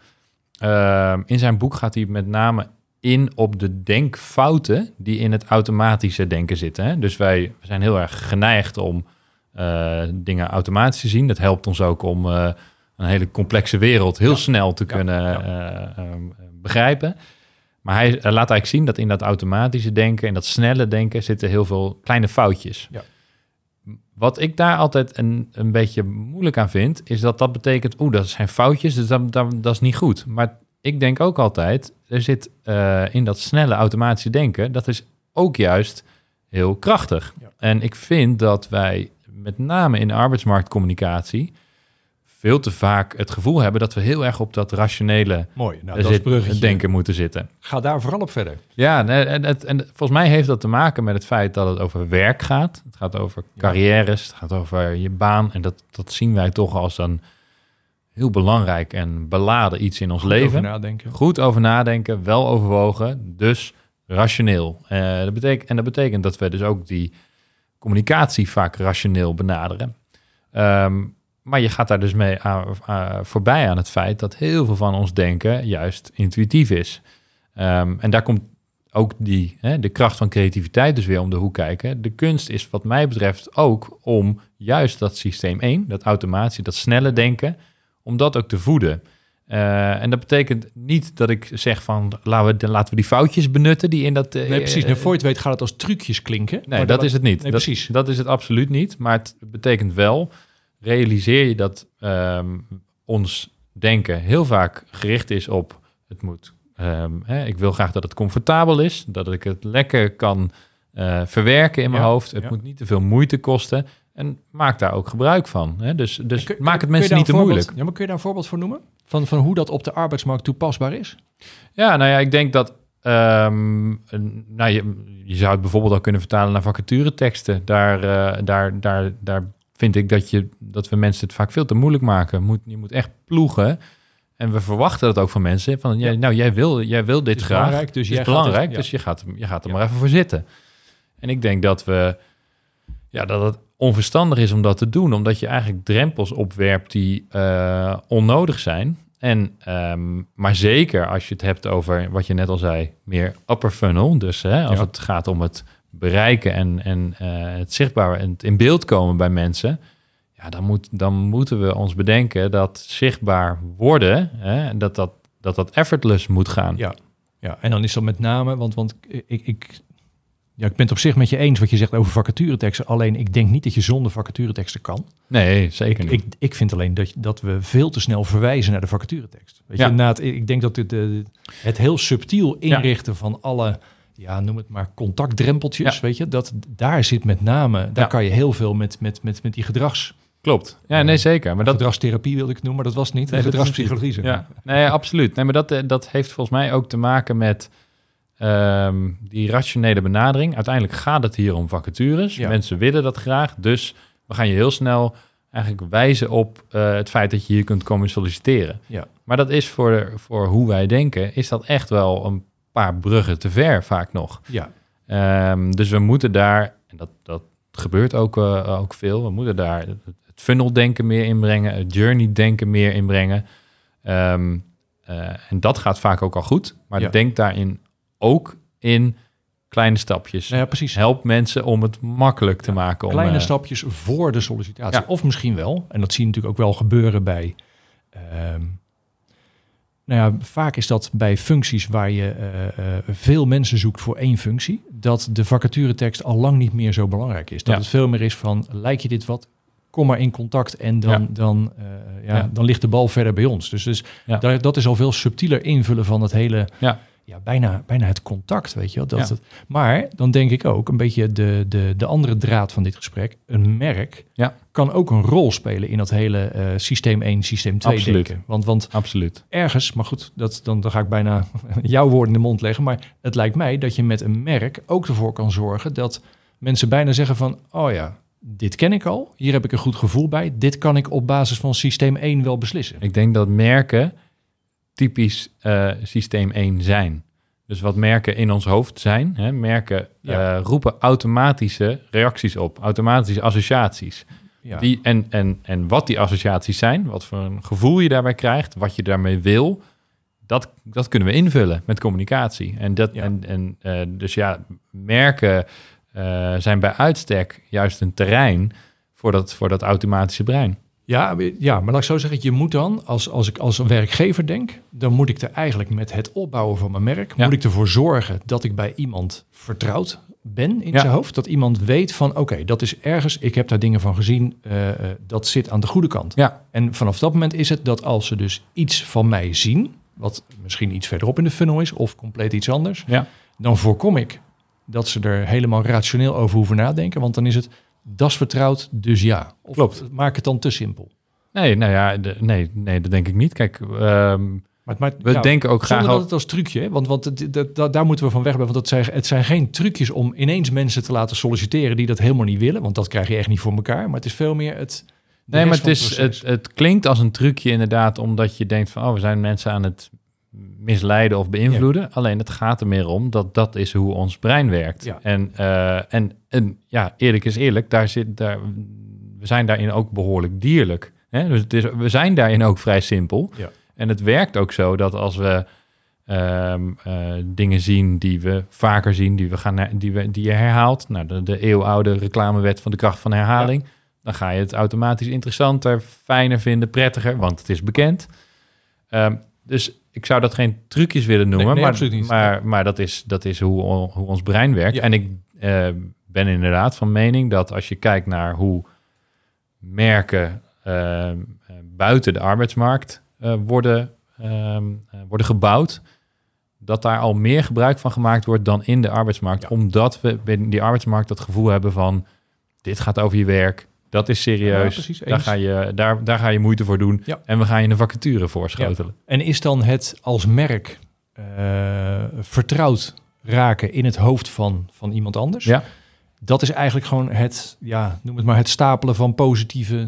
in zijn boek gaat hij met name in op de denkfouten die in het automatische denken zitten. Hè? Dus we zijn heel erg geneigd om dingen automatisch te zien. Dat helpt ons ook om een hele complexe wereld heel snel te kunnen begrijpen. Maar hij laat eigenlijk zien dat in dat automatische denken, in dat snelle denken, zitten heel veel kleine foutjes. Ja. Wat ik daar altijd een beetje moeilijk aan vind, is dat betekent, dat zijn foutjes, dus dat is niet goed. Maar ik denk ook altijd, er zit in dat snelle automatische denken, dat is ook juist heel krachtig. Ja. En ik vind dat wij, met name in de arbeidsmarktcommunicatie, veel te vaak het gevoel hebben dat we heel erg op dat rationele denken moeten zitten. Ga daar vooral op verder. Ja, en volgens mij heeft dat te maken met het feit dat het over werk gaat. Het gaat over carrières, het gaat over je baan. En dat zien wij toch als een heel belangrijk en beladen iets in ons leven. Goed over nadenken, wel overwogen. Dus rationeel. Dat betekent dat we dus ook die communicatie vaak rationeel benaderen. Maar je gaat daar dus mee voorbij aan het feit dat heel veel van ons denken juist intuïtief is. En daar komt ook de kracht van creativiteit dus weer om de hoek kijken. De kunst is wat mij betreft ook om juist dat systeem 1, dat automatie, dat snelle denken, om dat ook te voeden. En dat betekent niet dat ik zeg van laten we die foutjes benutten die in dat... nee, precies. Voor je het weet gaat het als trucjes klinken. Nee, dat is het niet. Nee, precies. Dat is het absoluut niet. Maar het betekent wel, realiseer je dat ons denken heel vaak gericht is op het moet. Ik wil graag dat het comfortabel is, dat ik het lekker kan verwerken in mijn hoofd. Het moet niet te veel moeite kosten. En maak daar ook gebruik van. Dus maak het mensen niet te moeilijk. Ja, maar kun je daar een voorbeeld voor noemen? Van hoe dat op de arbeidsmarkt toepasbaar is? Ja, nou ja, ik denk dat... je zou het bijvoorbeeld al kunnen vertalen naar vacatureteksten. Daar vind ik dat we mensen het vaak veel te moeilijk maken. Je moet echt ploegen. En we verwachten dat ook van mensen. Van, jij wil dit graag. Het is belangrijk, dus je gaat er maar even voor zitten. En ik denk dat dat het onverstandig is om dat te doen, omdat je eigenlijk drempels opwerpt die onnodig zijn. Maar zeker als je het hebt over, wat je net al zei, meer upper funnel. Dus als het gaat om het bereiken en het zichtbaar en het in beeld komen bij mensen, dan moeten we ons bedenken dat zichtbaar worden, dat effortless moet gaan. Ja, en dan is dat met name, want ik ben het op zich met je eens wat je zegt over vacatureteksten. Alleen ik denk niet dat je zonder vacatureteksten kan. Nee, zeker niet. Ik vind alleen dat we veel te snel verwijzen naar de vacaturetekst. Weet je, ik denk dat het heel subtiel inrichten van alle, noem het maar contactdrempeltjes, weet je, dat daar zit met name, daar kan je heel veel met die gedrags. Klopt. Ja, nee, zeker. Maar gedragstherapie wilde ik noemen, maar dat was niet. Gedragspsychologie. Ja, nee, absoluut. Nee, maar dat heeft volgens mij ook te maken met die rationele benadering. Uiteindelijk gaat het hier om vacatures. Ja. Mensen willen dat graag, dus we gaan je heel snel eigenlijk wijzen op het feit dat je hier kunt komen solliciteren. Ja. Maar dat is voor hoe wij denken, is dat echt wel een paar bruggen te ver vaak nog. Ja. Dus we moeten daar, en dat gebeurt ook veel, we moeten daar het funneldenken meer inbrengen, het journey-denken meer inbrengen. En dat gaat vaak ook al goed, maar denk daarin ook in kleine stapjes. Ja, precies. Help mensen om het makkelijk te maken. Kleine stapjes voor de sollicitatie. Ja. Of misschien wel, en dat zie je natuurlijk ook wel gebeuren bij... vaak is dat bij functies waar je veel mensen zoekt voor één functie, dat de vacaturetekst al lang niet meer zo belangrijk is. Dat het veel meer is van, lijkt je dit wat? Kom maar in contact en dan ligt de bal verder bij ons. Dus dat is al veel subtieler invullen van het hele... Ja, bijna het contact, weet je wel. Maar dan denk ik ook een beetje de andere draad van dit gesprek. Een merk kan ook een rol spelen in dat hele systeem 1, systeem 2 denken. Want absoluut. Ergens, maar goed, dan ga ik bijna jouw woorden in de mond leggen. Maar het lijkt mij dat je met een merk ook ervoor kan zorgen dat mensen bijna zeggen van, oh ja, dit ken ik al. Hier heb ik een goed gevoel bij. Dit kan ik op basis van systeem 1 wel beslissen. Ik denk dat merken typisch systeem 1 zijn. Dus wat merken in ons hoofd zijn, merken roepen automatische reacties op, automatische associaties. Ja. En wat die associaties zijn, wat voor een gevoel je daarbij krijgt, wat je daarmee wil, dat kunnen we invullen met communicatie. Dus merken zijn bij uitstek juist een terrein voor dat automatische brein. Ja, maar laat ik zo zeggen, je moet dan, als ik als een werkgever denk, dan moet ik er eigenlijk met het opbouwen van mijn merk, moet ik ervoor zorgen dat ik bij iemand vertrouwd ben in zijn hoofd. Dat iemand weet van, oké, dat is ergens, ik heb daar dingen van gezien, dat zit aan de goede kant. Ja. En vanaf dat moment is het dat als ze dus iets van mij zien, wat misschien iets verderop in de funnel is, of compleet iets anders, dan voorkom ik dat ze er helemaal rationeel over hoeven nadenken, want dan is het, dat is vertrouwd, dus ja. Of klopt. Maak het dan te simpel. Nee, dat denk ik niet. Kijk, we denken ook graag... Zonder dat het als trucje, hè? Want daar moeten we van weg blijven. Want het zijn geen trucjes om ineens mensen te laten solliciteren die dat helemaal niet willen. Want dat krijg je echt niet voor elkaar. Maar het is veel meer het... Nee, maar het klinkt als een trucje inderdaad, omdat je denkt van, we zijn mensen aan het misleiden of beïnvloeden. Ja. Alleen het gaat er meer om dat is hoe ons brein werkt. Ja. En eerlijk is eerlijk, we zijn daarin ook behoorlijk dierlijk. Hè? Dus we zijn daarin ook vrij simpel. Ja. En het werkt ook zo dat als we dingen zien die we vaker zien, die je herhaalt. Nou, de eeuwenoude reclamewet van de kracht van herhaling. Ja. Dan ga je het automatisch interessanter, fijner vinden, prettiger, want het is bekend. Dus ik zou dat geen trucjes willen noemen, maar dat is hoe ons brein werkt. Ja. En ik ben inderdaad van mening dat als je kijkt naar hoe merken buiten de arbeidsmarkt worden gebouwd, dat daar al meer gebruik van gemaakt wordt dan in de arbeidsmarkt. Ja. Omdat we in die arbeidsmarkt dat gevoel hebben van, dit gaat over je werk, dat is serieus, daar ga je moeite voor doen. Ja. En we gaan je een vacature voorschotelen. Ja. En is dan het als merk vertrouwd raken in het hoofd van iemand anders? Ja. Dat is eigenlijk gewoon noem het maar het stapelen van positieve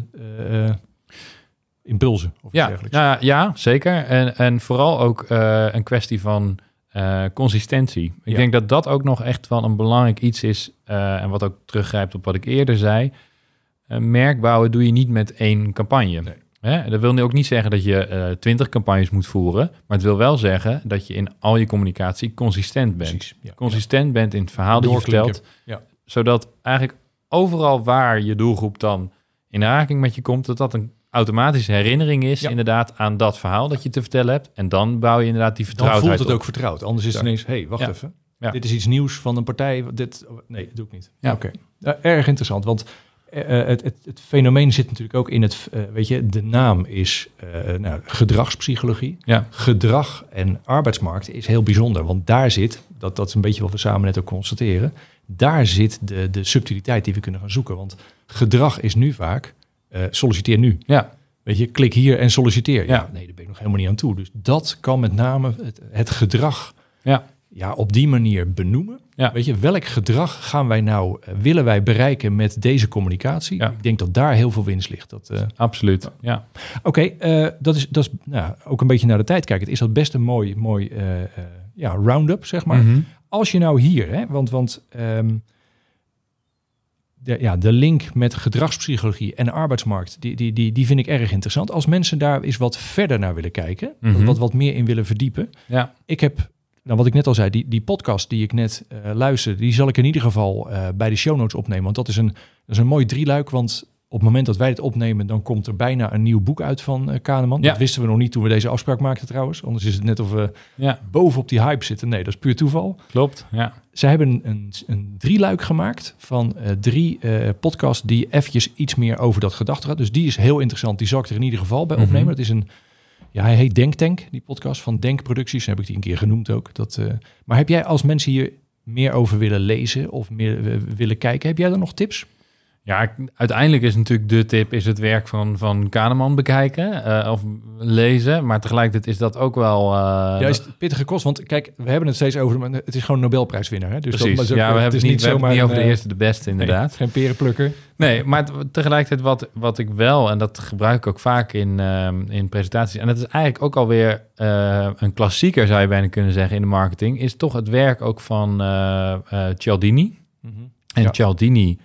impulsen. Of ja, zeker. En vooral ook een kwestie van consistentie. Ik denk dat ook nog echt wel een belangrijk iets is. En wat ook teruggrijpt op wat ik eerder zei. Merk bouwen doe je niet met 1 campagne. Nee. Hè? Dat wil nu ook niet zeggen dat je 20 campagnes moet voeren. Maar het wil wel zeggen dat je in al je communicatie consistent bent. Precies, consistent bent in het verhaal dat je vertelt. Ja. Zodat eigenlijk overal waar je doelgroep dan in aanraking met je komt, dat een automatische herinnering is inderdaad aan dat verhaal dat je te vertellen hebt. En dan bouw je inderdaad die vertrouwdheid op. Dan voelt het ook vertrouwd. Anders is het ineens, wacht even. Ja. Dit is iets nieuws van een partij. Nee, dat doe ik niet. Ja. Oké. Erg interessant, want het fenomeen zit natuurlijk ook in het, de naam is gedragspsychologie. Ja. Gedrag en arbeidsmarkt is heel bijzonder, want daar zit, dat is een beetje wat we samen net ook constateren, daar zit de subtiliteit die we kunnen gaan zoeken. Want gedrag is nu vaak, solliciteer nu. Ja. Klik hier en solliciteer. Ja, nee, daar ben ik nog helemaal niet aan toe. Dus dat kan met name het gedrag op die manier benoemen. Ja. Welk gedrag gaan wij willen wij bereiken met deze communicatie? Ja. Ik denk dat daar heel veel winst ligt. Absoluut, ja. Oké, dat is ook een beetje naar de tijd kijken. Het is dat best een mooi round-up, zeg maar. Mm-hmm. Als je nou hier, want de link met gedragspsychologie en arbeidsmarkt, die vind ik erg interessant. Als mensen daar eens wat verder naar willen kijken, wat meer in willen verdiepen. Ja. Ik heb, wat ik net al zei, die podcast die ik net luisterde, die zal ik in ieder geval bij de show notes opnemen. Want dat is een mooi drieluik, want op het moment dat wij het opnemen, dan komt er bijna een nieuw boek uit van Kahneman. Ja. Dat wisten we nog niet toen we deze afspraak maakten trouwens. Anders is het net of we bovenop die hype zitten. Nee, dat is puur toeval. Klopt, ja. Zij hebben een drieluik gemaakt van 3 podcasts die eventjes iets meer over dat gedachte gaat. Dus die is heel interessant. Die zal ik er in ieder geval bij opnemen. Dat is hij heet Denktank, die podcast van Denkproducties. Dan heb ik die een keer genoemd ook. Maar heb jij, als mensen hier meer over willen lezen of meer willen kijken, heb jij er nog tips? Ja, uiteindelijk is natuurlijk de tip is het werk van Kahneman bekijken of lezen. Maar tegelijkertijd is dat ook wel... is het pittige kost. Want kijk, we hebben het steeds over... Het is gewoon een Nobelprijswinnaar. Hè? Dus precies, we hebben het niet over de eerste, de beste inderdaad. Nee, geen perenplukker. Nee, maar tegelijkertijd wat ik wel... En dat gebruik ik ook vaak in presentaties. En dat is eigenlijk ook alweer een klassieker, zou je bijna kunnen zeggen, in de marketing. Is toch het werk ook van Cialdini. Mm-hmm. En Cialdini...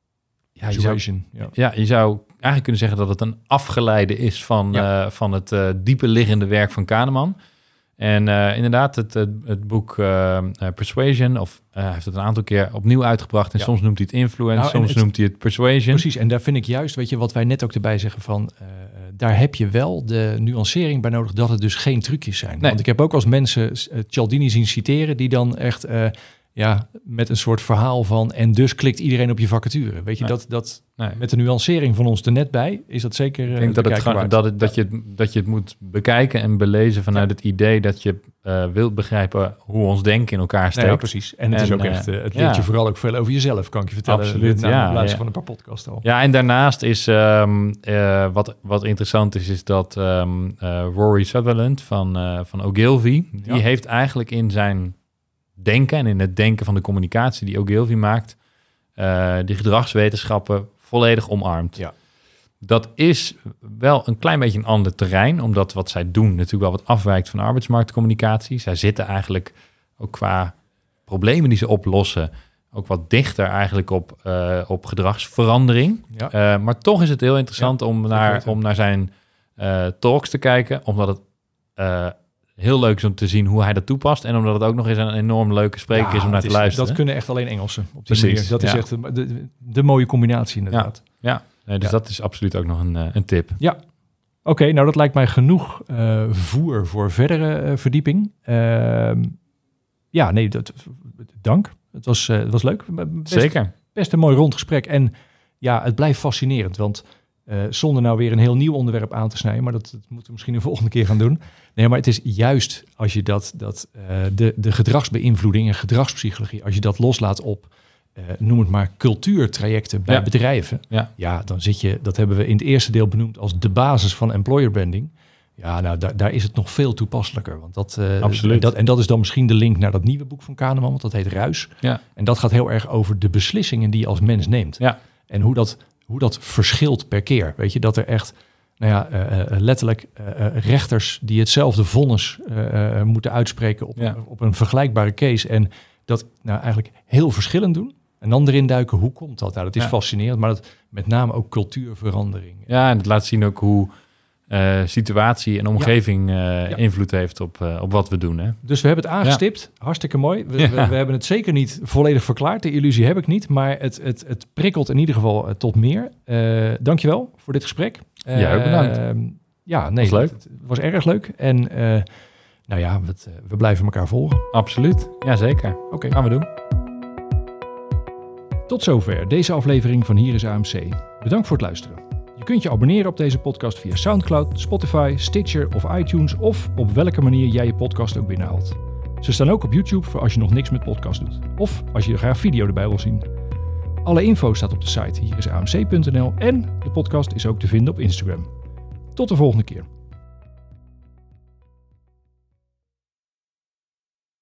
Je zou eigenlijk kunnen zeggen dat het een afgeleide is van het diepe liggende werk van Kahneman. En inderdaad, het boek Persuasion, of hij heeft het een aantal keer opnieuw uitgebracht. En soms noemt hij het influence, soms noemt hij het persuasion. Precies, en daar vind ik juist, wat wij net ook erbij zeggen van... daar heb je wel de nuancering bij nodig dat het dus geen trucjes zijn. Nee. Want ik heb ook als mensen Cialdini zien citeren die dan echt... met een soort verhaal van... en dus klikt iedereen op je vacature. Weet je, met de nuancering van ons er net bij... is dat zeker... Ik denk dat je het moet bekijken en belezen... vanuit het idee dat je wilt begrijpen... hoe ons denken in elkaar steekt. Ja, precies. En het is ook echt... het leert je vooral ook veel over jezelf, kan ik je vertellen. Absoluut, luisteren van een paar podcasts al. Ja, en daarnaast is... wat interessant is dat... Rory Sutherland van Ogilvy... die heeft eigenlijk in zijn... denken en in het denken van de communicatie die Ogilvy maakt, die gedragswetenschappen volledig omarmt. Ja. Dat is wel een klein beetje een ander terrein, omdat wat zij doen natuurlijk wel wat afwijkt van arbeidsmarktcommunicatie. Zij zitten eigenlijk ook qua problemen die ze oplossen ook wat dichter eigenlijk op gedragsverandering. Ja. Maar toch is het heel interessant om naar zijn talks te kijken, omdat het heel leuk is om te zien hoe hij dat toepast en omdat het ook nog eens een enorm leuke spreker is om naar te luisteren. Dat kunnen echt alleen Engelsen op die manier. Dat is echt de mooie combinatie inderdaad. Ja. Dus dat is absoluut ook nog een tip. Ja. Oké, nou dat lijkt mij genoeg voer voor verdere verdieping. Dank. Het was leuk. Zeker. Best een mooi rond gesprek. En ja, het blijft fascinerend. Want zonder nou weer een heel nieuw onderwerp aan te snijden, maar dat moeten we misschien de volgende keer gaan doen. Nee, maar het is juist als je de gedragsbeïnvloeding en gedragspsychologie, als je dat loslaat op, noem het maar, cultuurtrajecten bij bedrijven. Ja, dan zit je, dat hebben we in het eerste deel benoemd als de basis van employer branding. Ja, nou, daar is het nog veel toepasselijker. Want absoluut. En dat is dan misschien de link naar dat nieuwe boek van Kahneman, want dat heet Ruis. Ja. En dat gaat heel erg over de beslissingen die je als mens neemt. Ja. En hoe dat verschilt per keer. Weet je, dat er echt letterlijk rechters die hetzelfde vonnis moeten uitspreken op een vergelijkbare case. En dat eigenlijk heel verschillend doen. En dan erin duiken, hoe komt dat? Nou, dat is fascinerend, maar dat met name ook cultuurverandering. Ja, en het laat zien ook hoe situatie en omgeving invloed heeft op wat we doen. Hè? Dus we hebben het aangestipt. Ja. Hartstikke mooi. We hebben het zeker niet volledig verklaard. De illusie heb ik niet. Maar het prikkelt in ieder geval tot meer. Dankjewel voor dit gesprek. Jij ook bedankt. Was leuk. Het was erg leuk. En we blijven elkaar volgen. Absoluut. Jazeker. Oké. Gaan we doen. Tot zover deze aflevering van Hier is AMC. Bedankt voor het luisteren. Je kunt je abonneren op deze podcast via SoundCloud, Spotify, Stitcher of iTunes of op welke manier jij je podcast ook binnenhaalt. Ze staan ook op YouTube voor als je nog niks met podcast doet. Of als je graag video erbij wil zien. Alle info staat op de site hierisamc.nl en de podcast is ook te vinden op Instagram. Tot de volgende keer.